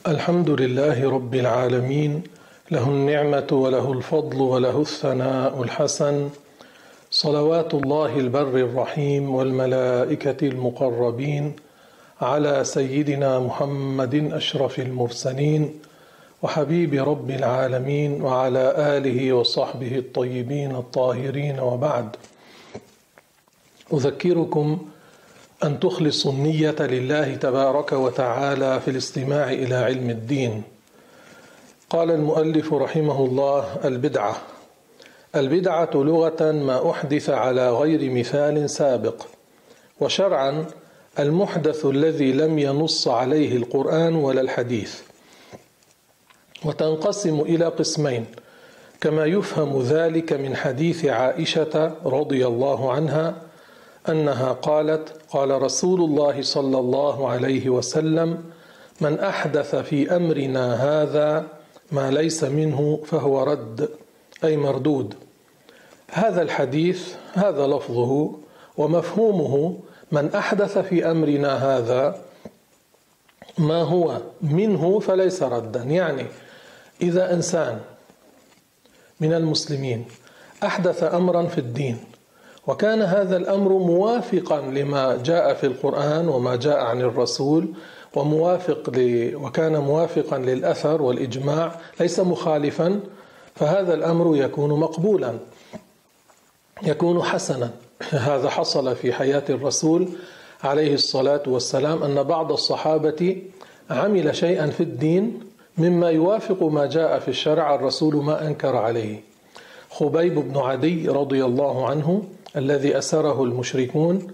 الحمد لله رب العالمين، له النعمة وله الفضل وله الثناء الحسن، صلوات الله البر الرحيم والملائكة المقربين على سيدنا محمد أشرف المرسلين وحبيب رب العالمين وعلى آله وصحبه الطيبين الطاهرين، وبعد. أذكركم أن تخلصوا النية لله تبارك وتعالى في الاستماع إلى علم الدين. قال المؤلف رحمه الله: البدعة لغة ما أحدث على غير مثال سابق، وشرعا المحدث الذي لم ينص عليه القرآن ولا الحديث، وتنقسم إلى قسمين كما يفهم ذلك من حديث عائشة رضي الله عنها أنها قالت: قال رسول الله صلى الله عليه وسلم: من أحدث في أمرنا هذا ما ليس منه فهو رد، أي مردود. هذا الحديث هذا لفظه، ومفهومه من أحدث في أمرنا هذا ما هو منه فليس ردا. يعني إذا إنسان من المسلمين أحدث أمرا في الدين وكان هذا الأمر موافقا لما جاء في القرآن وما جاء عن الرسول وكان موافقا للأثر والإجماع، ليس مخالفا، فهذا الأمر يكون مقبولا، يكون حسنا. هذا حصل في حياة الرسول عليه الصلاة والسلام، أن بعض الصحابة عمل شيئا في الدين مما يوافق ما جاء في الشرع، الرسول ما أنكر عليه. خبيب بن عدي رضي الله عنه الذي أسره المشركون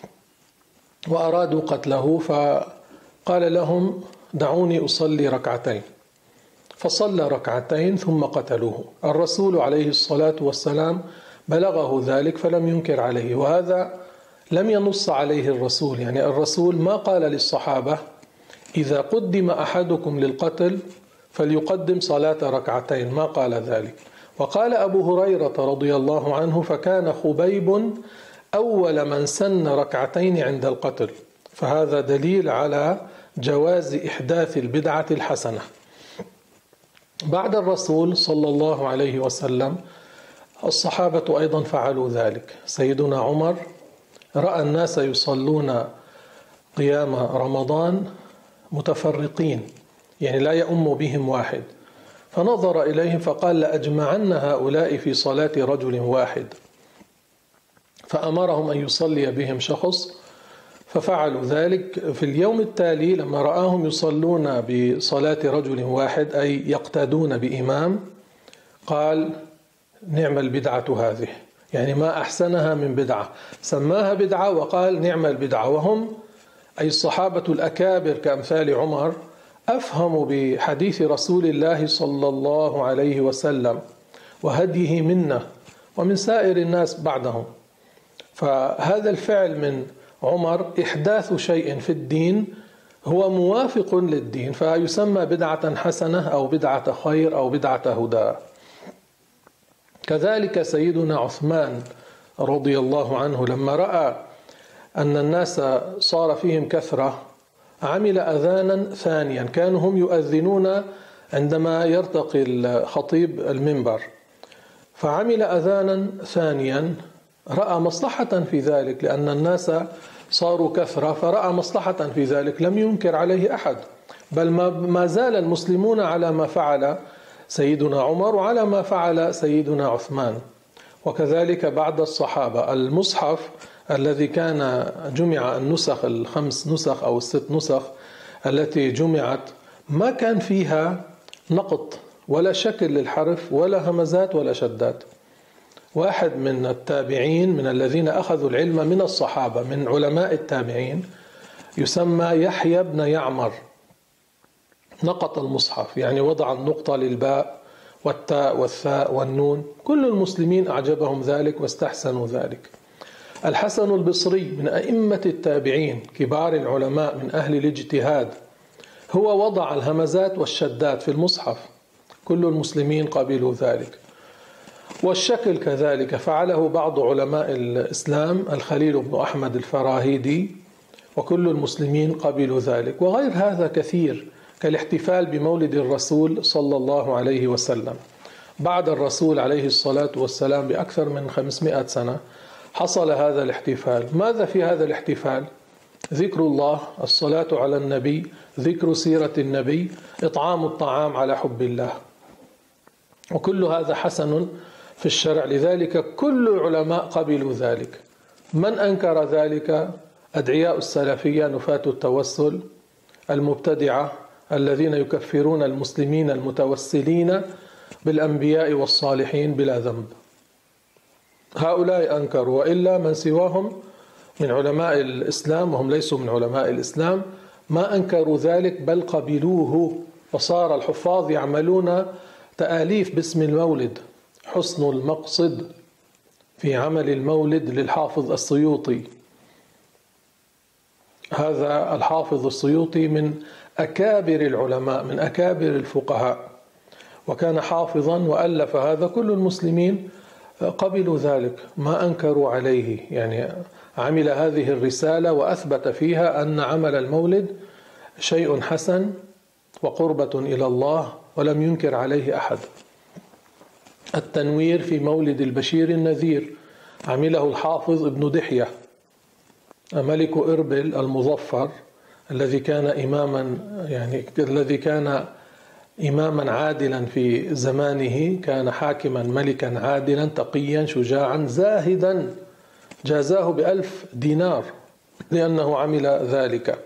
وأرادوا قتله، فقال لهم: دعوني أصلي ركعتين، فصلى ركعتين ثم قتلوه. الرسول عليه الصلاة والسلام بلغه ذلك فلم ينكر عليه، وهذا لم ينص عليه الرسول. يعني الرسول ما قال للصحابة: إذا قدم أحدكم للقتل فليقدم صلاة ركعتين، ما قال ذلك. وقال أبو هريرة رضي الله عنه: فكان خبيب أول من سن ركعتين عند القتل. فهذا دليل على جواز إحداث البدعة الحسنة. بعد الرسول صلى الله عليه وسلم الصحابة أيضا فعلوا ذلك. سيدنا عمر رأى الناس يصلون قيام رمضان متفرقين، يعني لا يؤم بهم واحد، فنظر إليهم فقال: لأجمعن هؤلاء في صلاة رجل واحد، فأمرهم أن يصلي بهم شخص، ففعلوا ذلك. في اليوم التالي لما رآهم يصلون بصلاة رجل واحد، أي يقتدون بإمام، قال: نعم البدعة هذه، يعني ما أحسنها من بدعة، سماها بدعة وقال نعم البدعة. وهم أي الصحابة الأكابر كأمثال عمر أفهموا بحديث رسول الله صلى الله عليه وسلم وهديه منا ومن سائر الناس بعدهم. فهذا الفعل من عمر إحداث شيء في الدين هو موافق للدين، فيسمى بدعة حسنة أو بدعة خير أو بدعة هدى. كذلك سيدنا عثمان رضي الله عنه لما رأى أن الناس صار فيهم كثرة عمل أذانا ثانيا. كانوا هم يؤذنون عندما يرتقي الخطيب المنبر، فعمل أذانا ثانيا، رأى مصلحة في ذلك لأن الناس صاروا كثرة، فرأى مصلحة في ذلك، لم ينكر عليه أحد، بل ما زال المسلمون على ما فعل سيدنا عمر وعلى ما فعل سيدنا عثمان. وكذلك بعد الصحابة المصحف الذي كان جمع النسخ ال5 نسخ أو ال6 نسخ التي جمعت ما كان فيها نقط ولا شكل للحرف ولا همزات ولا شدات. واحد من التابعين من الذين أخذوا العلم من الصحابة من علماء التابعين يسمى يحيى بن يعمر نقط المصحف، يعني وضع النقطة للباء والتاء والثاء والنون. كل المسلمين أعجبهم ذلك واستحسنوا ذلك. الحسن البصري من أئمة التابعين كبار العلماء من أهل الاجتهاد هو وضع الهمزات والشدات في المصحف، كل المسلمين قبلوا ذلك. والشكل كذلك فعله بعض علماء الإسلام، الخليل بن أحمد الفراهيدي، وكل المسلمين قبلوا ذلك. وغير هذا كثير كالاحتفال بمولد الرسول صلى الله عليه وسلم. بعد الرسول عليه الصلاة والسلام بأكثر من 500 سنة حصل هذا الاحتفال. ماذا في هذا الاحتفال؟ ذكر الله، الصلاة على النبي، ذكر سيرة النبي، إطعام الطعام على حب الله، وكل هذا حسن في الشرع. لذلك كل العلماء قبلوا ذلك. من أنكر ذلك؟ أدعياء السلفية، نفاة التوسل، المبتدعة الذين يكفرون المسلمين المتوسلين بالأنبياء والصالحين بلا ذنب. هؤلاء أنكروا، وإلا من سواهم من علماء الإسلام، وهم ليسوا من علماء الإسلام، ما أنكروا ذلك بل قبلوه. وصار الحفاظ يعملون تآليف باسم المولد. حسن المقصد في عمل المولد للحافظ السيوطي. هذا الحافظ السيوطي من أكابر العلماء، من أكابر الفقهاء، وكان حافظا وألف هذا. كل المسلمين قبلوا ذلك، ما أنكروا عليه. يعني عمل هذه الرسالة وأثبت فيها أن عمل المولد شيء حسن وقربة إلى الله، ولم ينكر عليه أحد. التنوير في مولد البشير النذير عمله الحافظ ابن دحية، ملك إربل المظفر الذي كان إماما عادلا في زمانه، كان حاكما ملكا عادلا تقيا شجاعا زاهدا، جازاه ب1000 دينار لأنه عمل ذلك.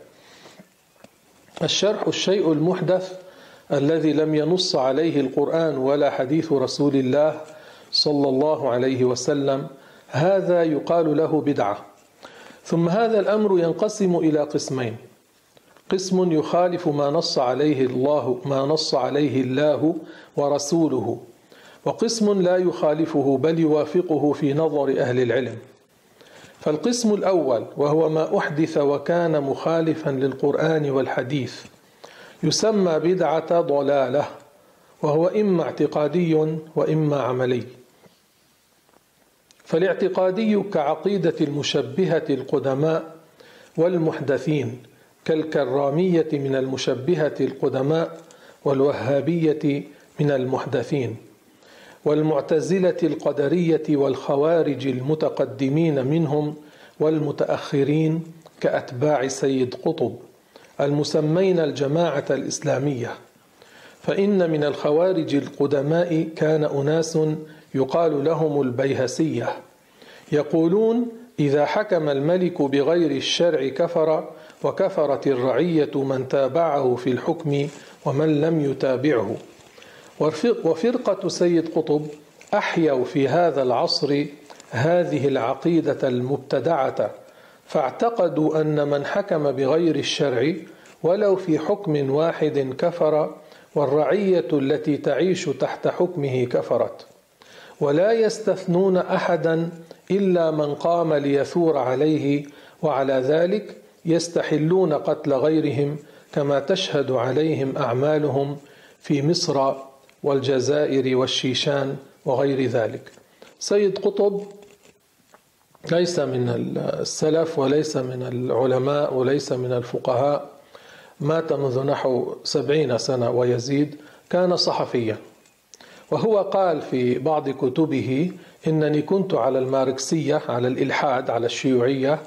الشرح الشيء المحدث الذي لم ينص عليه القرآن ولا حديث رسول الله صلى الله عليه وسلم، هذا يقال له بدعة. ثم هذا الأمر ينقسم إلى قسمين: قسم يخالف ما نص عليه الله ورسوله، وقسم لا يخالفه بل يوافقه في نظر أهل العلم. فالقسم الأول وهو ما أحدث وكان مخالفا للقرآن والحديث يسمى بدعة ضلالة، وهو إما اعتقادي وإما عملي. فالاعتقادي كعقيدة المشبهة القدماء والمحدثين، كالكرامية من المشبهة القدماء والوهابية من المحدثين، والمعتزلة القدرية والخوارج المتقدمين منهم والمتأخرين كأتباع سيد قطب المسمين الجماعة الإسلامية. فإن من الخوارج القدماء كان أناس يقال لهم البيهسية، يقولون إذا حكم الملك بغير الشرع كفر، وكفرت الرعية من تابعه في الحكم ومن لم يتابعه. وفرقة سيد قطب أحيوا في هذا العصر هذه العقيدة المبتدعة، فاعتقدوا أن من حكم بغير الشرع ولو في حكم واحد كفر، والرعية التي تعيش تحت حكمه كفرت، ولا يستثنون أحدا إلا من قام ليثور عليه، وعلى ذلك يستحلون قتل غيرهم كما تشهد عليهم أعمالهم في مصر والجزائر والشيشان وغير ذلك. سيد قطب ليس من السلف وليس من العلماء وليس من الفقهاء، مات منذ نحو 70 سنة ويزيد. كان صحفيا، وهو قال في بعض كتبه إنني كنت على الماركسية، على الإلحاد، على الشيوعية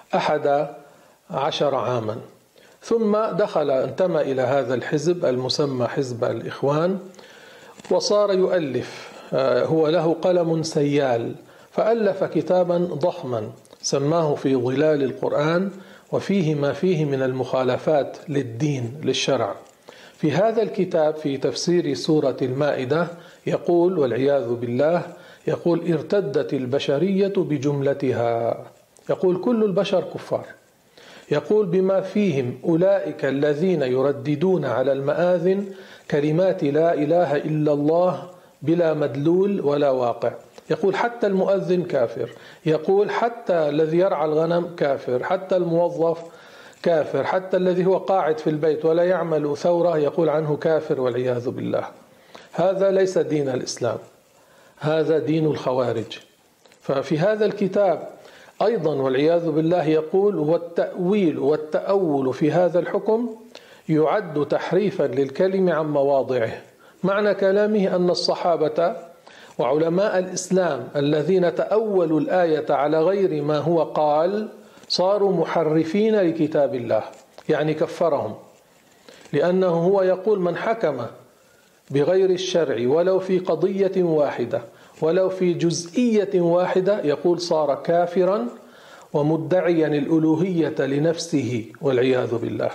11 عاما، ثم انتمى إلى هذا الحزب المسمى حزب الإخوان، وصار يؤلف. هو له قلم سيال، فألف كتابا ضخما سماه في ظلال القرآن، وفيه ما فيه من المخالفات للدين للشرع. في هذا الكتاب في تفسير سورة المائدة يقول والعياذ بالله، يقول ارتدت البشرية بجملتها، يقول كل البشر كفار، يقول بما فيهم أولئك الذين يرددون على المآذن كلمات لا إله إلا الله بلا مدلول ولا واقع. يقول حتى المؤذن كافر، يقول حتى الذي يرعى الغنم كافر، حتى الموظف كافر، حتى الذي هو قاعد في البيت ولا يعمل ثورة يقول عنه كافر والعياذ بالله. هذا ليس دين الإسلام، هذا دين الخوارج. ففي هذا الكتاب أيضا والعياذ بالله يقول والتأويل والتأول في هذا الحكم يعد تحريفا للكلم عن مواضعه. معنى كلامه أن الصحابة وعلماء الإسلام الذين تأولوا الآية على غير ما هو قال صاروا محرفين لكتاب الله، يعني كفرهم، لأنه هو يقول من حكم بغير الشرع ولو في قضية واحدة ولو في جزئية واحدة يقول صار كافرا ومدعيا الألوهية لنفسه والعياذ بالله.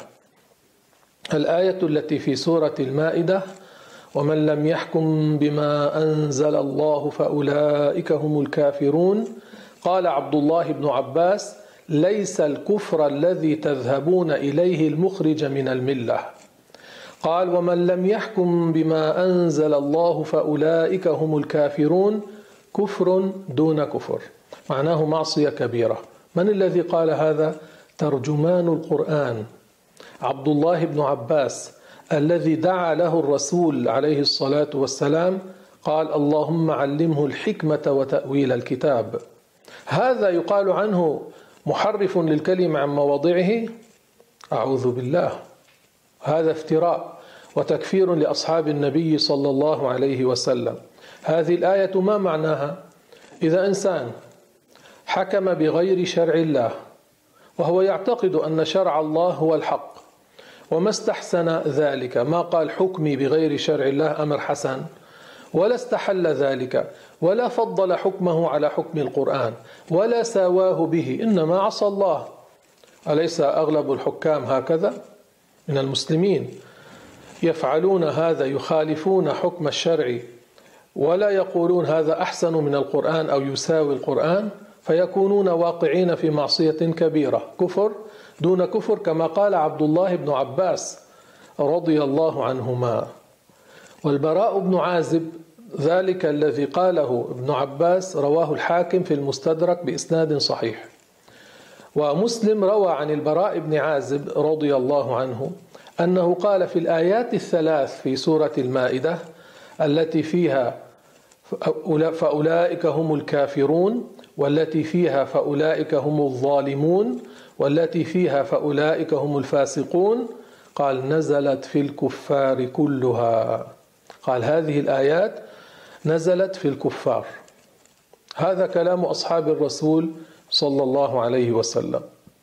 الآية التي في سورة المائدة: ومن لم يحكم بما أنزل الله فأولئك هم الكافرون، قال عبد الله بن عباس: ليس الكفر الذي تذهبون إليه المخرج من الملة. قال: ومن لم يحكم بما أنزل الله فأولئك هم الكافرون، كفر دون كفر، معناه معصية كبيرة. من الذي قال هذا؟ ترجمان القرآن عبد الله بن عباس، الذي دعا له الرسول عليه الصلاة والسلام، قال: اللهم علمه الحكمة وتأويل الكتاب. هذا يقال عنه محرف للكلم عن مواضعه؟ أعوذ بالله، هذا افتراء وتكفير لأصحاب النبي صلى الله عليه وسلم. هذه الآية ما معناها؟ إذا إنسان حكم بغير شرع الله وهو يعتقد أن شرع الله هو الحق وما استحسن ذلك، ما قال حكمي بغير شرع الله أمر حسن، ولا استحل ذلك، ولا فضل حكمه على حكم القرآن، ولا ساواه به، إنما عصى الله. أليس أغلب الحكام هكذا من المسلمين؟ يفعلون هذا، يخالفون حكم الشرع ولا يقولون هذا أحسن من القرآن أو يساوي القرآن، فيكونون واقعين في معصية كبيرة، كفر دون كفر، كما قال عبد الله بن عباس رضي الله عنهما. والبراء بن عازب ذلك الذي قاله ابن عباس رواه الحاكم في المستدرك بإسناد صحيح. ومسلم روى عن البراء بن عازب رضي الله عنه أنه قال في الآيات الثلاث في سورة المائدة التي فيها فأولئك هم الكافرون، والتي فيها فأولئك هم الظالمون، والتي فيها فأولئك هم الفاسقون، قال: نزلت في الكفار كلها. قال هذه الآيات نزلت في الكفار. هذا كلام أصحاب الرسول صلى الله عليه وسلم.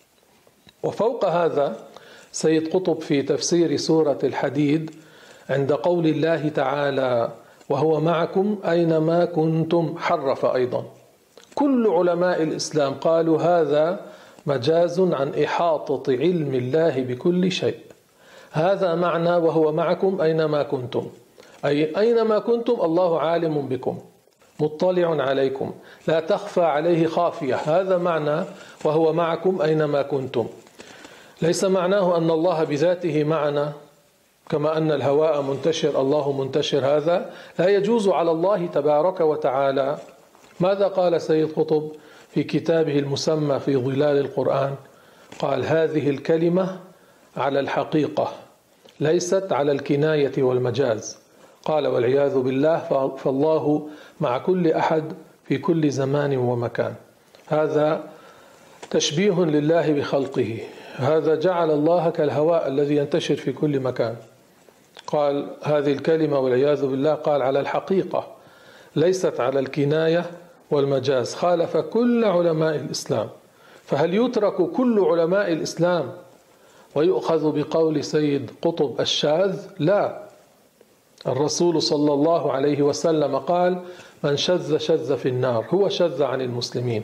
وفوق هذا سيد قطب في تفسير سورة الحديد عند قول الله تعالى: وهو معكم أينما كنتم، حرف أيضا. كل علماء الإسلام قالوا هذا مجاز عن إحاطة علم الله بكل شيء. هذا معنى وهو معكم أينما كنتم، أي أينما كنتم الله عالم بكم مطلع عليكم لا تخفى عليه خافية. هذا معنى وهو معكم أينما كنتم. ليس معناه أن الله بذاته معنا كما أن الهواء منتشر الله منتشر، هذا لا يجوز على الله تبارك وتعالى. ماذا قال سيد قطب في كتابه المسمى في ظلال القرآن؟ قال: هذه الكلمة على الحقيقة ليست على الكناية والمجاز. قال: والعياذ بالله، فالله مع كل أحد في كل زمان ومكان. هذا تشبيه لله بخلقه، هذا جعل الله كالهواء الذي ينتشر في كل مكان. قال هذه الكلمة والعياذ بالله قال على الحقيقة ليست على الكناية والمجاز. خالف كل علماء الإسلام. فهل يترك كل علماء الإسلام ويؤخذ بقول سيد قطب الشاذ؟ لا. الرسول صلى الله عليه وسلم قال: من شذ شذ في النار، هو شذ عن المسلمين.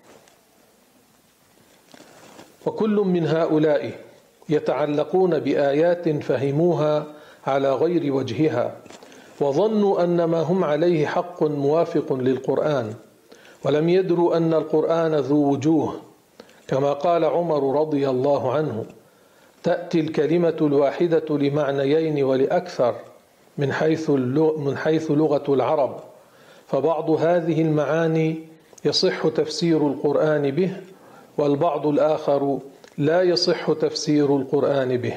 وكل من هؤلاء يتعلقون بآيات فهموها على غير وجهها، وظنوا أن ما هم عليه حق موافق للقرآن، ولم يدروا أن القرآن ذو وجوه، كما قال عمر رضي الله عنه: تأتي الكلمة الواحدة لمعنيين ولأكثر من حيث لغة العرب، فبعض هذه المعاني يصح تفسير القرآن به، والبعض الآخر لا يصح تفسير القرآن به.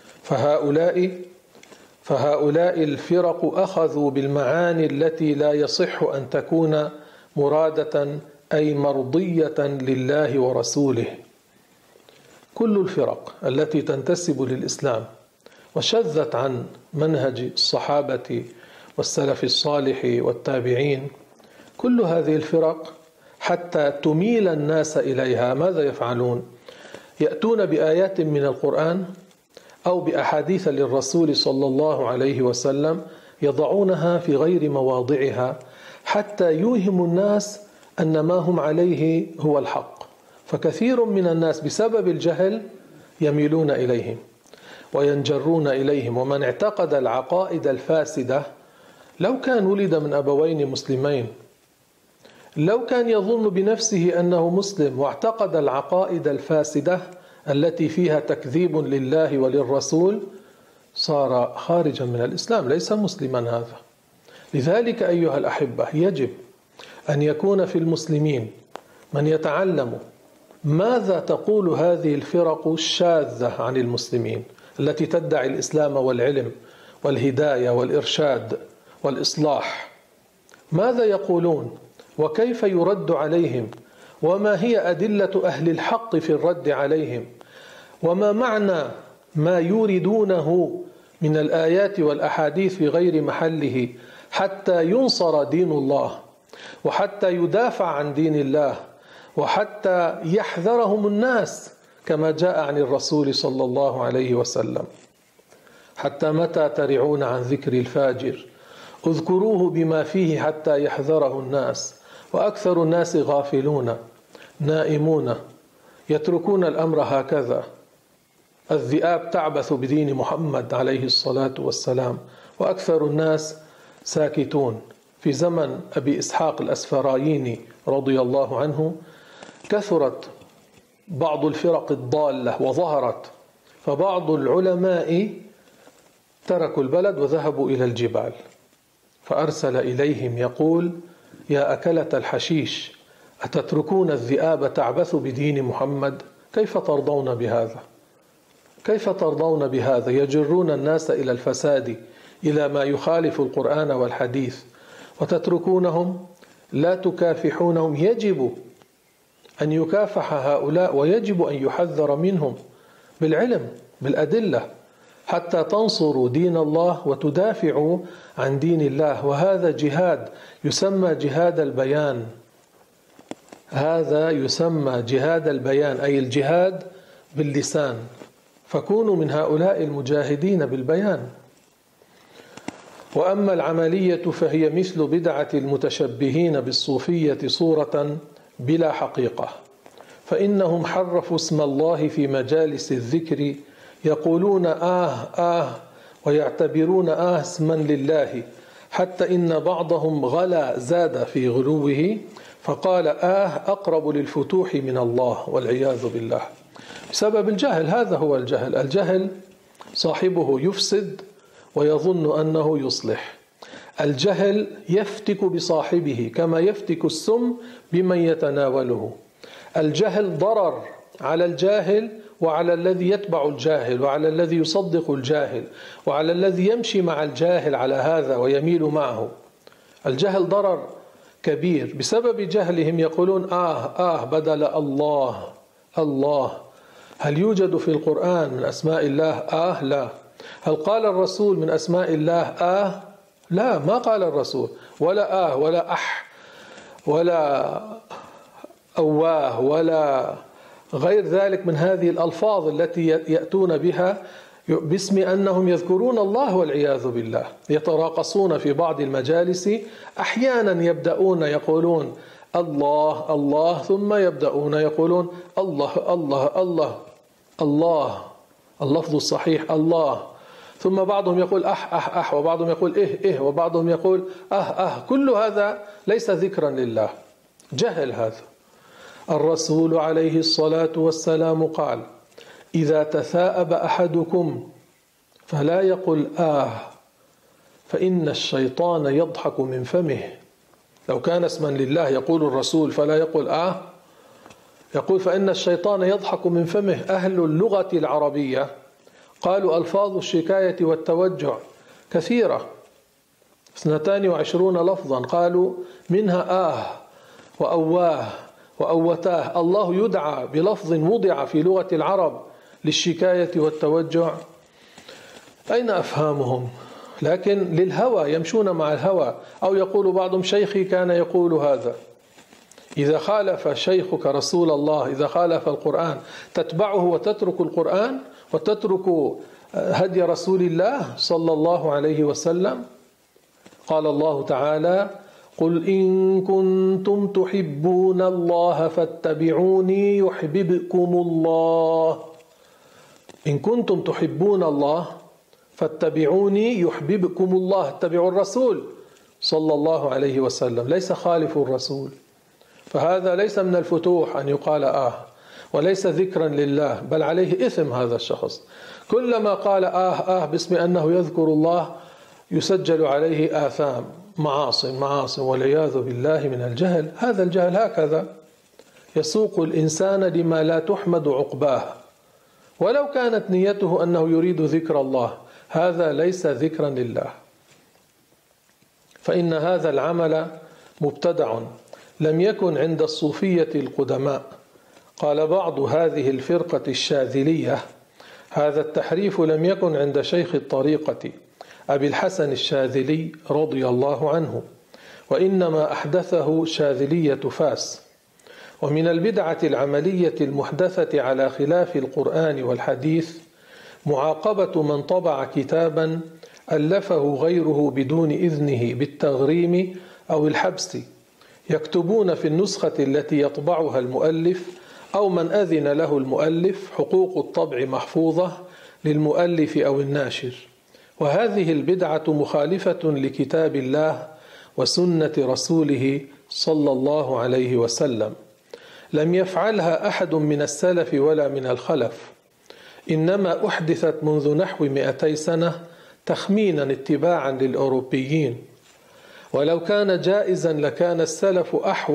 فهؤلاء الفرق أخذوا بالمعاني التي لا يصح أن تكون مرادة أي مرضية لله ورسوله. كل الفرق التي تنتسب للإسلام وشذت عن منهج الصحابة والسلف الصالح والتابعين، كل هذه الفرق حتى تميل الناس إليها ماذا يفعلون؟ يأتون بآيات من القرآن أو بأحاديث للرسول صلى الله عليه وسلم يضعونها في غير مواضعها حتى يوهم الناس أن ما هم عليه هو الحق. فكثير من الناس بسبب الجهل يميلون إليهم وينجرون إليهم. ومن اعتقد العقائد الفاسدة لو كان ولد من أبوين مسلمين، لو كان يظن بنفسه أنه مسلم واعتقد العقائد الفاسدة التي فيها تكذيب لله وللرسول، صار خارجا من الإسلام، ليس مسلما هذا. لذلك أيها الأحبة يجب أن يكون في المسلمين من يتعلم ماذا تقول هذه الفرق الشاذة عن المسلمين التي تدعي الإسلام والعلم والهداية والإرشاد والإصلاح. ماذا يقولون وكيف يرد عليهم، وما هي أدلة أهل الحق في الرد عليهم، وما معنى ما يوردونه من الآيات والأحاديث في غير محله حتى ينصر دين الله وحتى يدافع عن دين الله وحتى يحذرهم الناس كما جاء عن الرسول صلى الله عليه وسلم. حتى متى ترعون عن ذكر الفاجر؟ اذكروه بما فيه حتى يحذره الناس، وأكثر الناس غافلون نائمون يتركون الأمر هكذا. الذئاب تعبث بدين محمد عليه الصلاة والسلام وأكثر الناس ساكتون. في زمن أبي إسحاق الأسفرايني رضي الله عنه كثرت بعض الفرق الضالة وظهرت، فبعض العلماء تركوا البلد وذهبوا إلى الجبال، فأرسل إليهم يقول: يا أكلة الحشيش، أتتركون الذئاب تعبث بدين محمد؟ كيف ترضون بهذا؟ كيف ترضون بهذا؟ يجرون الناس إلى الفساد، إلى ما يخالف القرآن والحديث، وتتركونهم لا تكافحونهم. يجب أن يكافح هؤلاء ويجب أن يحذر منهم بالعلم بالأدلة حتى تنصروا دين الله وتدافعوا عن دين الله. وهذا جهاد يسمى جهاد البيان، هذا يسمى جهاد البيان، أي الجهاد باللسان. فكونوا من هؤلاء المجاهدين بالبيان. وأما العملية فهي مثل بدعة المتشبهين بالصوفية صورة بلا حقيقة، فإنهم حرفوا اسم الله في مجالس الذكر، يقولون ويعتبرون اسما لله، حتى إن بعضهم غلا زاد في غلوه فقال أقرب للفتوح من الله، والعياذ بالله، بسبب الجهل. هذا هو الجهل. الجهل صاحبه يفسد ويظن أنه يصلح. الجهل يفتك بصاحبه كما يفتك السم بمن يتناوله. الجهل ضرر على الجاهل وعلى الذي يتبع الجاهل وعلى الذي يصدق الجاهل وعلى الذي يمشي مع الجاهل على هذا ويميل معه. الجهل ضرر كبير. بسبب جهلهم يقولون بدل الله. الله هل يوجد في القرآن من أسماء الله لا. هل قال الرسول من أسماء الله لا، ما قال الرسول، ولا ولا ولا أواه ولا غير ذلك من هذه الألفاظ التي يأتون بها باسم أنهم يذكرون الله، والعياذ بالله. يتراقصون في بعض المجالس، أحيانا يبدأون يقولون الله الله، ثم يبدأون يقولون الله الله الله الله، اللفظ الصحيح الله، ثم بعضهم يقول وبعضهم يقول إيه وبعضهم يقول كل هذا ليس ذكرا لله، جهل هذا. الرسول عليه الصلاة والسلام قال: إذا تثاءب أحدكم فلا يقل فإن الشيطان يضحك من فمه. لو كان اسما لله يقول الرسول فلا يقول يقول فإن الشيطان يضحك من فمه. أهل اللغة العربية قالوا ألفاظ الشكاية والتوجع كثيرة، 22 لفظا، قالوا منها وأواه وأوتاه. الله يدعى بلفظ وضع في لغة العرب للشكاية والتوجع. أين أفهامهم؟ لكن للهوى، يمشون مع الهوى. أو يقول بعضهم شيخي كان يقول هذا. إذا خالف شيخك رسول الله، إذا خالف القرآن، تتبعه وتترك القرآن وتترك هدي رسول الله صلى الله عليه وسلم؟ قال الله تعالى: قل إن كنتم تحبون الله فاتبعوني يحببكم الله. إن كنتم تحبون الله فاتبعوني يحببكم الله. اتبعوا الرسول صلى الله عليه وسلم، ليس خالفوا الرسول. فهذا ليس من الفتوح أن يقال وليس ذكرا لله، بل عليه إثم هذا الشخص. كلما قال باسم أنه يذكر الله يسجل عليه آثام، معاصي والعياذ بالله من الجهل. هذا الجهل هكذا يسوق الإنسان لما لا تحمد عقباه، ولو كانت نيته أنه يريد ذكر الله، هذا ليس ذكرا لله. فإن هذا العمل مبتدع لم يكن عند الصوفية القدماء. قال بعض هذه الفرقة الشاذلية: هذا التحريف لم يكن عند شيخ الطريقة أبي الحسن الشاذلي رضي الله عنه، وإنما أحدثه شاذلية فاس. ومن البدعة العملية المحدثة على خلاف القرآن والحديث معاقبة من طبع كتابا ألفه غيره بدون إذنه بالتغريم أو الحبس. يكتبون في النسخة التي يطبعها المؤلف أو من أذن له المؤلف حقوق الطبع محفوظة للمؤلف أو الناشر. وهذه البدعة مخالفة لكتاب الله وسنة رسوله صلى الله عليه وسلم. لم يفعلها أحد من السلف ولا من الخلف، إنما أحدثت منذ نحو 200 سنة تخمينا اتباعا للأوروبيين. ولو كان جائزا لكان السلف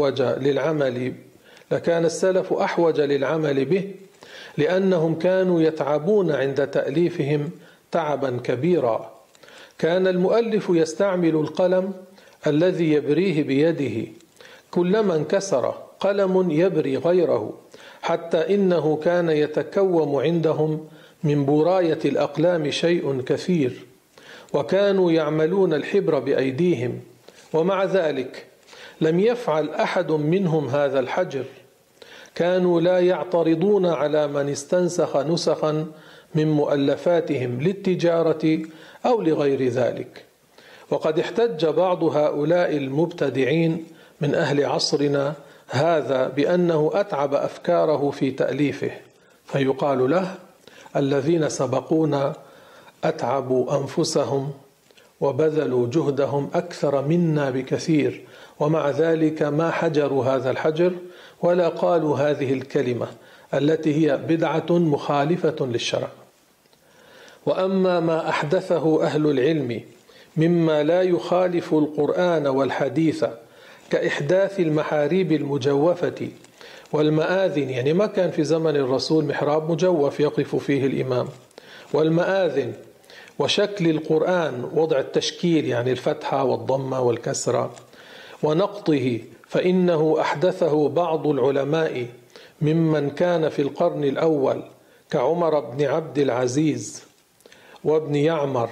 أحوج للعمل به، لأنهم كانوا يتعبون عند تأليفهم تعبا كبيرا. كان المؤلف يستعمل القلم الذي يبريه بيده، كلما انكسر قلم يبري غيره، حتى إنه كان يتكوم عندهم من براية الأقلام شيء كثير، وكانوا يعملون الحبر بأيديهم. ومع ذلك لم يفعل أحد منهم هذا الحجر. كانوا لا يعترضون على من استنسخ نسخا من مؤلفاتهم للتجارة أو لغير ذلك. وقد احتج بعض هؤلاء المبتدعين من أهل عصرنا هذا بأنه أتعب أفكاره في تأليفه، فيقال له: الذين سبقونا أتعبوا أنفسهم وبذلوا جهدهم أكثر منا بكثير، ومع ذلك ما حجروا هذا الحجر ولا قالوا هذه الكلمة التي هي بدعة مخالفة للشرع. وأما ما أحدثه أهل العلم مما لا يخالف القرآن والحديث كإحداث المحاريب المجوفة والمآذن، يعني ما كان في زمن الرسول محراب مجوف يقف فيه الإمام، والمآذن، وشكل القرآن، وضع التشكيل يعني الفتحة والضمة والكسرة، ونقطه، فإنه أحدثه بعض العلماء ممن كان في القرن الأول كعمر بن عبد العزيز وابن يعمر،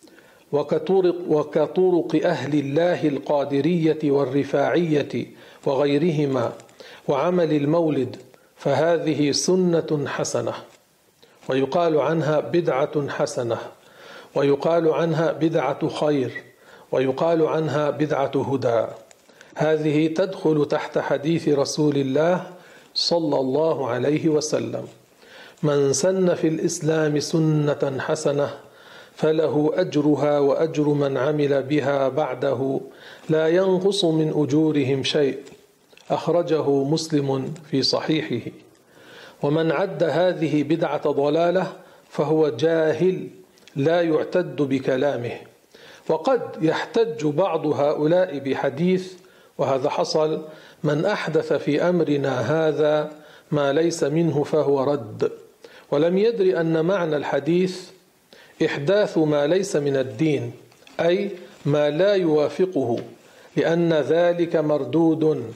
وكطرق أهل الله القادرية والرفاعية وغيرهما، وعمل المولد، فهذه سنة حسنة، ويقال عنها بدعة حسنة، ويقال عنها بدعة خير، ويقال عنها بدعة هدى. هذه تدخل تحت حديث رسول الله صلى الله عليه وسلم: من سن في الإسلام سنة حسنة فله أجرها وأجر من عمل بها بعده لا ينقص من أجورهم شيء. أخرجه مسلم في صحيحه. ومن عد هذه بدعة ضلالة فهو جاهل لا يعتد بكلامه. وقد يحتج بعض هؤلاء بحديث، وهذا حصل: من أحدث في أمرنا هذا ما ليس منه فهو رد، ولم يدر أن معنى الحديث إحداث ما ليس من الدين، أي ما لا يوافقه، لأن ذلك مردود.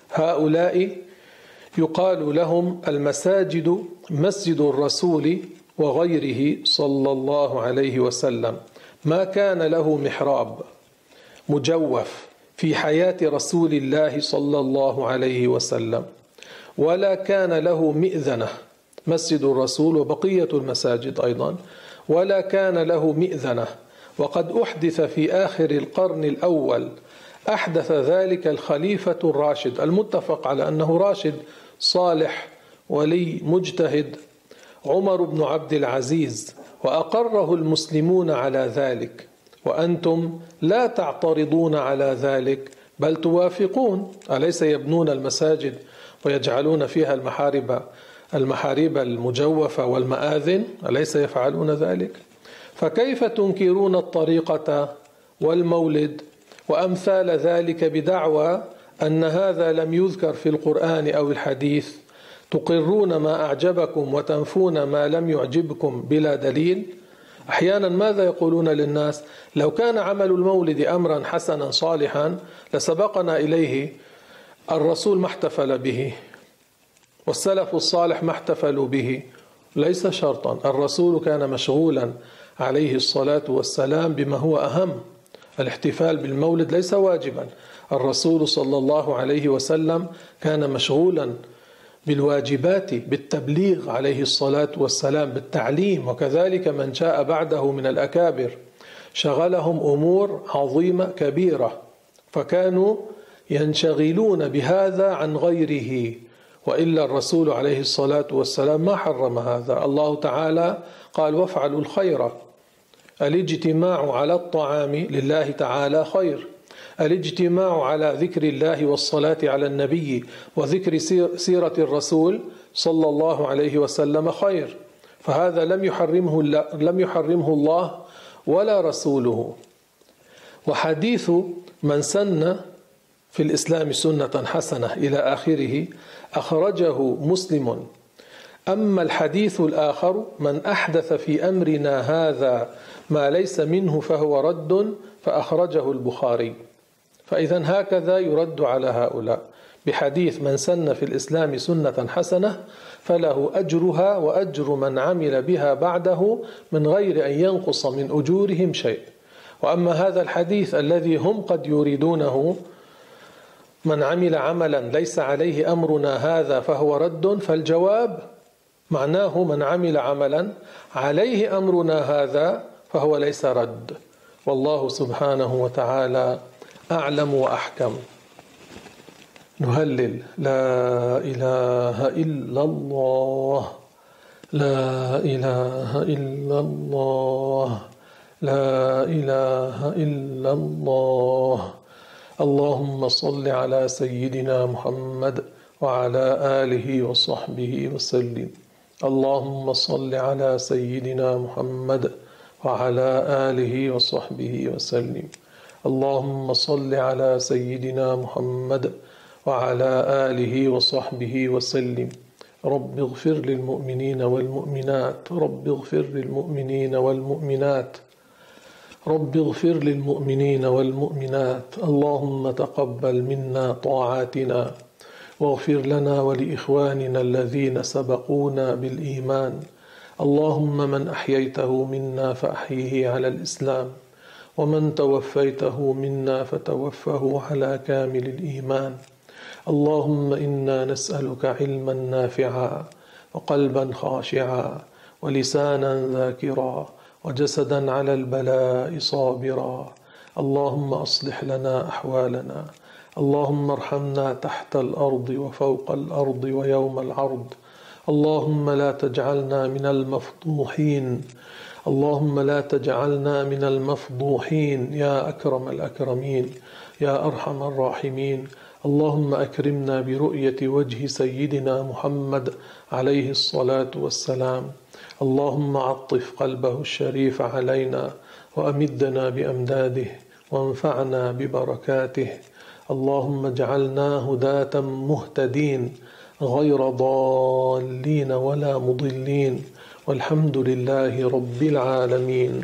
هؤلاء يقال لهم المساجد مسجد الرسول وغيره صلى الله عليه وسلم ما كان له محراب مجوف في حياة رسول الله صلى الله عليه وسلم، ولا كان له مئذنة، مسجد الرسول وبقية المساجد أيضا، ولا كان له مئذنة. وقد أحدث في آخر القرن الأول، أحدث ذلك الخليفة الراشد المتفق على أنه راشد صالح ولي مجتهد، عمر بن عبد العزيز، وأقره المسلمون على ذلك، وأنتم لا تعترضون على ذلك بل توافقون. أليس يبنون المساجد ويجعلون فيها المحاريب المجوفة والمآذن؟ أليس يفعلون ذلك؟ فكيف تنكرون الطريقة والمولد وأمثال ذلك بدعوى أن هذا لم يذكر في القرآن أو الحديث؟ تقرون ما أعجبكم وتنفون ما لم يعجبكم بلا دليل. أحيانا ماذا يقولون للناس؟ لو كان عمل المولد أمرا حسنا صالحا لسبقنا إليه، الرسول ما احتفل به والسلف الصالح ما احتفلوا به. ليس شرطا، الرسول كان مشغولا عليه الصلاة والسلام بما هو أهم. الاحتفال بالمولد ليس واجبا، الرسول صلى الله عليه وسلم كان مشغولا بالواجبات، بالتبليغ عليه الصلاة والسلام، بالتعليم. وكذلك من جاء بعده من الأكابر شغلهم أمور عظيمة كبيرة، فكانوا ينشغلون بهذا عن غيره. وإلا الرسول عليه الصلاة والسلام ما حرم هذا. الله تعالى قال: وافعلوا الخير. الاجتماع على الطعام لله تعالى خير، الاجتماع على ذكر الله والصلاة على النبي وذكر سيرة الرسول صلى الله عليه وسلم خير، فهذا لم يحرمه الله ولا رسوله. وحديث من سن في الإسلام سنة حسنة إلى آخره أخرجه مسلم. أما الحديث الآخر: من أحدث في أمرنا هذا ما ليس منه فهو رد، فأخرجه البخاري. فإذا هكذا يرد على هؤلاء بحديث من سن في الإسلام سنة حسنة فله أجرها وأجر من عمل بها بعده من غير أن ينقص من أجورهم شيء. وأما هذا الحديث الذي هم قد يريدونه: من عمل عملا ليس عليه أمرنا هذا فهو رد، فالجواب معناه من عمل عملا عليه أمرنا هذا فهو ليس رد. والله سبحانه وتعالى أعلم وأحكم. نهلل: لا إله إلا الله، لا إله إلا الله، لا إله إلا الله. اللهم صل على سيدنا محمد وعلى آله وصحبه وسلم. اللهم صل على سيدنا محمد وعلى آله وصحبه وسلم. اللهم صل على سيدنا محمد وعلى آله وصحبه وسلم. رب اغفر للمؤمنين والمؤمنات، رب اغفر للمؤمنين والمؤمنات، رب اغفر للمؤمنين والمؤمنات. اللهم تقبل منا طاعاتنا واغفر لنا ولإخواننا الذين سبقونا بالإيمان. اللهم من أحييته منا فأحيه على الإسلام، ومن توفيته منا فتوفه على كامل الإيمان. اللهم إنا نسألك علما نافعا وقلبا خاشعا ولسانا ذاكرا وجسدا على البلاء صابرا. اللهم أصلح لنا أحوالنا، اللهم ارحمنا تحت الأرض وفوق الأرض ويوم العرض. اللهم لا تجعلنا من المفضوحين، اللهم لا تجعلنا من المفضوحين يا أكرم الأكرمين يا أرحم الراحمين. اللهم أكرمنا برؤية وجه سيدنا محمد عليه الصلاة والسلام. اللهم عطف قلبه الشريف علينا وأمدنا بأمداده وانفعنا ببركاته. اللهم اجعلنا هداة مهتدين غير ضالين ولا مضلين، والحمد لله رب العالمين.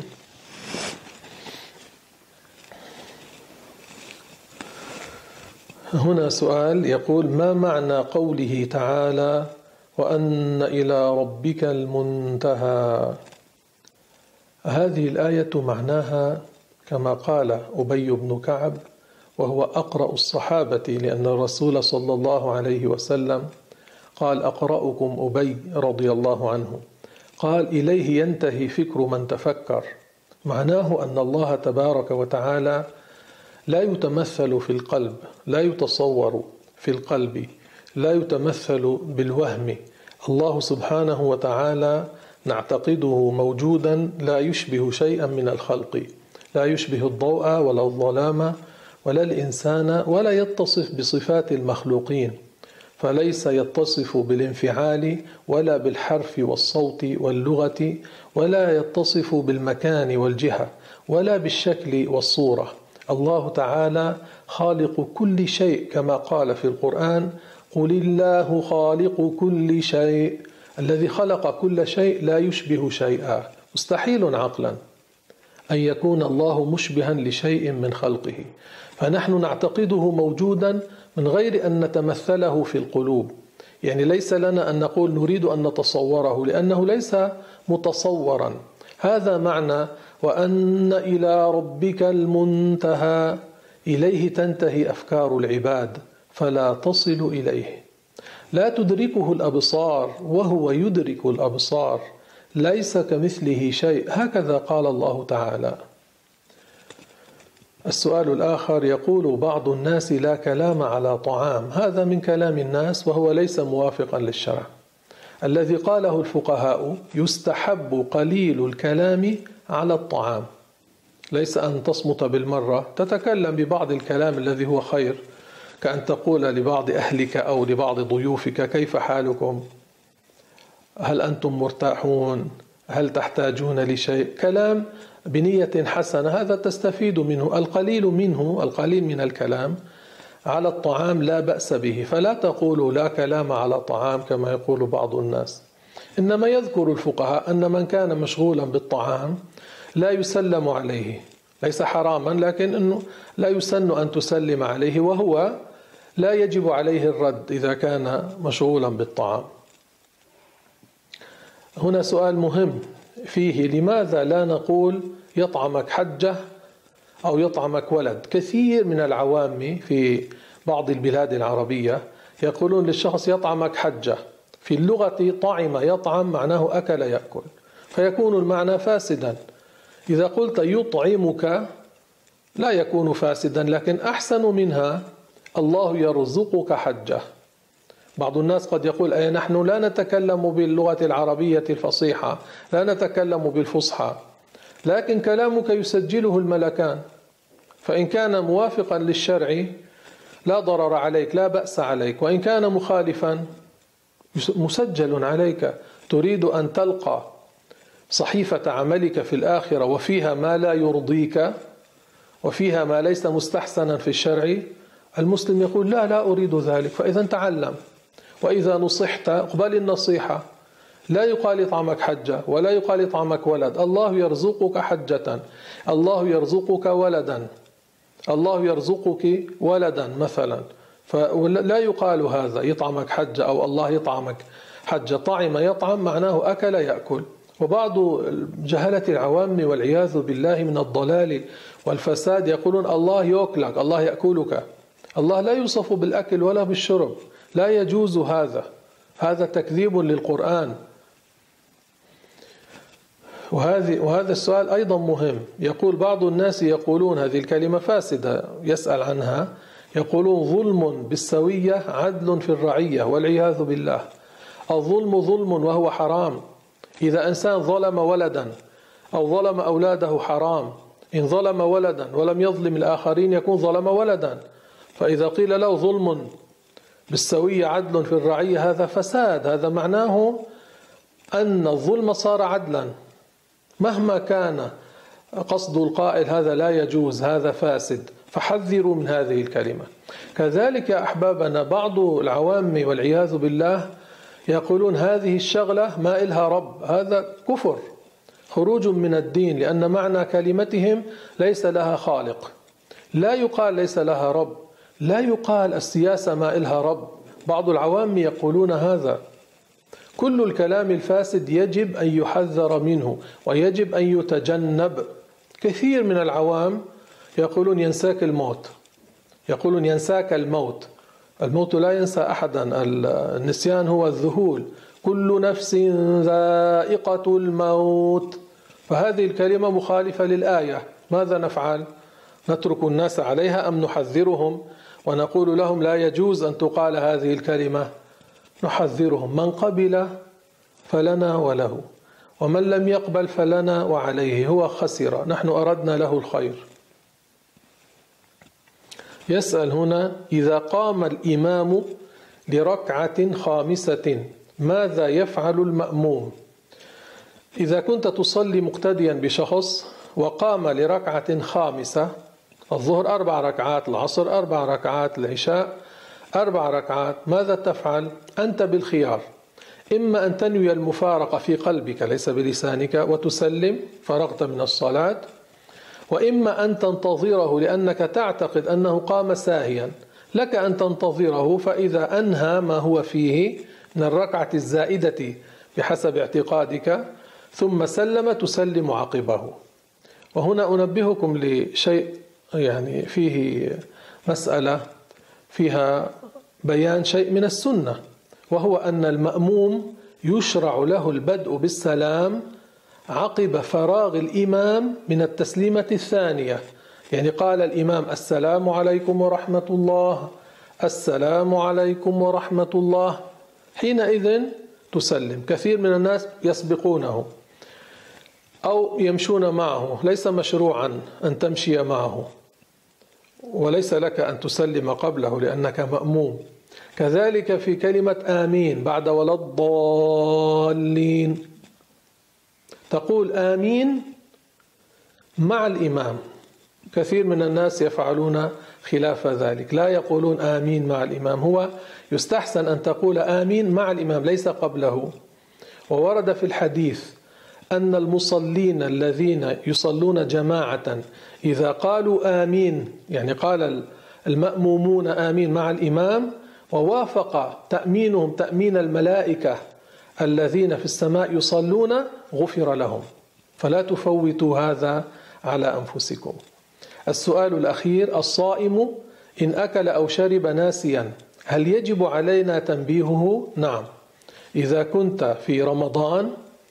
هنا سؤال يقول: ما معنى قوله تعالى: وأن إلى ربك المنتهى. هذه الآية معناها كما قال أبي بن كعب، وهو أقرأ الصحابة، لأن الرسول صلى الله عليه وسلم قال: أقرأكم أبي رضي الله عنه، قال: إليه ينتهي فكر من تفكر. معناه أن الله تبارك وتعالى لا يتمثل في القلب، لا يتصور في القلب، لا يتمثل بالوهم. الله سبحانه وتعالى نعتقده موجودا لا يشبه شيئا من الخلق، لا يشبه الضوء ولا الظلام ولا الإنسان، ولا يتصف بصفات المخلوقين، فليس يتصف بالانفعال ولا بالحرف والصوت واللغة، ولا يتصف بالمكان والجهة ولا بالشكل والصورة. الله تعالى خالق كل شيء، كما قال في القرآن: قل الله خالق كل شيء. الذي خلق كل شيء لا يشبه شيئا. مستحيل عقلا أن يكون الله مشبها لشيء من خلقه، فنحن نعتقده موجودا من غير أن نتمثله في القلوب. يعني ليس لنا أن نقول نريد أن نتصوره، لأنه ليس متصورا. هذا معنى وأن إلى ربك المنتهى، إليه تنتهي أفكار العباد فلا تصل إليه. لا تدركه الأبصار وهو يدرك الأبصار، ليس كمثله شيء، هكذا قال الله تعالى. السؤال الآخر، يقول بعض الناس: لا كلام على طعام. هذا من كلام الناس وهو ليس موافقا للشرع. الذي قاله الفقهاء: يستحب قليل الكلام على الطعام، ليس أن تصمت بالمرة، تتكلم ببعض الكلام الذي هو خير، كأن تقول لبعض أهلك أو لبعض ضيوفك: كيف حالكم؟ هل أنتم مرتاحون؟ هل تحتاجون لشيء؟ كلام بنية حسنة، هذا تستفيد منه. القليل من الكلام على الطعام لا بأس به، فلا تقولوا لا كلام على طعام كما يقول بعض الناس. إنما يذكر الفقهاء أن من كان مشغولا بالطعام لا يسلم عليه، ليس حراما، لكن أنه لا يسن أن تسلم عليه، وهو لا يجب عليه الرد إذا كان مشغولا بالطعام. هنا سؤال مهم فيه: لماذا لا نقول يطعمك حجة أو يطعمك ولد؟ كثير من العوام في بعض البلاد العربية يقولون للشخص يطعمك حجة. في اللغة طعم يطعم معناه أكل يأكل، فيكون المعنى فاسدا. إذا قلت يطعمك لا يكون فاسدا، لكن أحسن منها الله يرزقك حجة. بعض الناس قد يقول: أي نحن لا نتكلم باللغة العربية الفصيحة، لا نتكلم بالفصحى، لكن كلامك يسجله الملكان، فإن كان موافقا للشرع لا ضرر عليك، لا بأس عليك، وإن كان مخالفا مسجل عليك. تريد أن تلقى صحيفة عملك في الآخرة وفيها ما لا يرضيك وفيها ما ليس مستحسنا في الشرع، المسلم يقول: لا أريد ذلك. فإذا تعلم، وإذا نصحت اقبل النصيحة. لا يقال يطعمك حجة ولا يقال يطعمك ولد، الله يرزقك حجة، الله يرزقك ولدا، الله يرزقك ولدا مثلا، فلا يقال هذا يطعمك حجة أو الله يطعمك حجة. طعم يطعم معناه أكل يأكل. وبعض جهلة العوام والعياذ بالله من الضلال والفساد يقولون الله يأكلك، الله يأكلك. الله لا يوصف بالأكل ولا بالشرب، لا يجوز هذا، هذا تكذيب للقرآن. وهذا السؤال أيضا مهم. يقول بعض الناس يقولون هذه الكلمة فاسدة، يسأل عنها، يقولون: ظلم بالسوية عدل في الرعية، والعياذ بالله. الظلم ظلم وهو حرام. إذا إنسان ظلم ولدا أو ظلم أولاده حرام. إن ظلم ولدا ولم يظلم الآخرين يكون ظلم ولدا. فإذا قيل له ظلم بالسوية عدل في الرعية هذا فساد، هذا معناه أن الظلم صار عدلا مهما كان قصد القائل، هذا لا يجوز، هذا فاسد. فحذروا من هذه الكلمة. كذلك يا أحبابنا بعض العوام والعياذ بالله يقولون هذه الشغلة ما إلها رب، هذا كفر، خروج من الدين، لأن معنى كلمتهم ليس لها خالق. لا يقال ليس لها رب، لا يقال السياسة ما إلها رب. بعض العوام يقولون هذا، كل الكلام الفاسد يجب أن يحذر منه ويجب أن يتجنب. كثير من العوام يقولون ينساك الموت، يقولون ينساك الموت. الموت لا ينسى أحدا، النسيان هو الذهول. كل نفس ذائقة الموت. فهذه الكلمة مخالفة للآية. ماذا نفعل؟ نترك الناس عليها أم نحذرهم ونقول لهم لا يجوز أن تقال هذه الكلمة؟ نحذرهم. من قبل فلنا وله، ومن لم يقبل فلنا وعليه، هو خسر، نحن أردنا له الخير. يسأل هنا: إذا قام الإمام لركعة خامسة ماذا يفعل المأموم؟ إذا كنت تصلي مقتديا بشخص وقام لركعة خامسة، الظهر 4 ركعات، العصر 4 ركعات، العشاء 4 ركعات، ماذا تفعل؟ أنت بالخيار، إما أن تنوي المفارقة في قلبك ليس بلسانك وتسلم، فرغت من الصلاة، وإما أن تنتظره لأنك تعتقد أنه قام ساهيا. لك أن تنتظره، فإذا أنهى ما هو فيه من الركعة الزائدة بحسب اعتقادك ثم سلم تسلم عقبه. وهنا أنبهكم لشيء يعني فيه مسألة فيها بيان شيء من السنة، وهو أن المأموم يشرع له البدء بالسلام عقب فراغ الإمام من التسليمة الثانية. يعني قال الإمام: السلام عليكم ورحمة الله، السلام عليكم ورحمة الله، حينئذ تسلم. كثير من الناس يسبقونه أو يمشون معه، ليس مشروعا أن تمشي معه، وليس لك أن تسلم قبله لأنك مأموم. كذلك في كلمة آمين بعد ولا الضالين، تقول آمين مع الإمام. كثير من الناس يفعلون خلاف ذلك، لا يقولون آمين مع الإمام. هو يستحسن أن تقول آمين مع الإمام ليس قبله. وورد في الحديث أن المصلين الذين يصلون جماعة إذا قالوا آمين، يعني قال المأمومون آمين مع الإمام، ووافق تأمينهم تأمين الملائكة الذين في السماء يصلون، غفر لهم. فلا تفوتوا هذا على أنفسكم. السؤال الأخير: الصائم إن أكل أو شرب ناسيا هل يجب علينا تنبيهه؟ نعم. إذا كنت في رمضان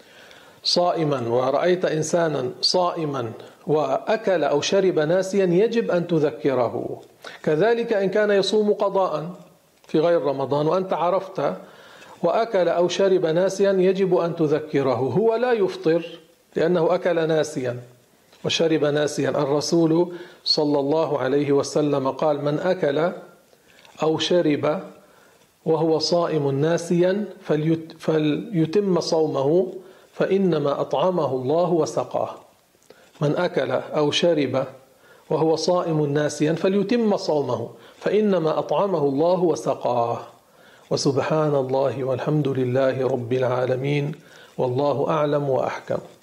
صائما ورأيت إنسانا صائما وأكل أو شرب ناسيا يجب أن تذكره. كذلك إن كان يصوم قضاء في غير رمضان وأنت عرفت وأكل أو شرب ناسيا يجب أن تذكره. هو لا يفطر لأنه أكل ناسيا وشرب ناسيا. الرسول صلى الله عليه وسلم قال: من أكل أو شرب وهو صائم ناسيا فليتم صومه فإنما أطعمه الله وسقاه. من أكل أو شرب وهو صائم ناسيا فليتم صومه فإنما أطعمه الله وسقاه. وسبحان الله والحمد لله رب العالمين، والله أعلم وأحكم.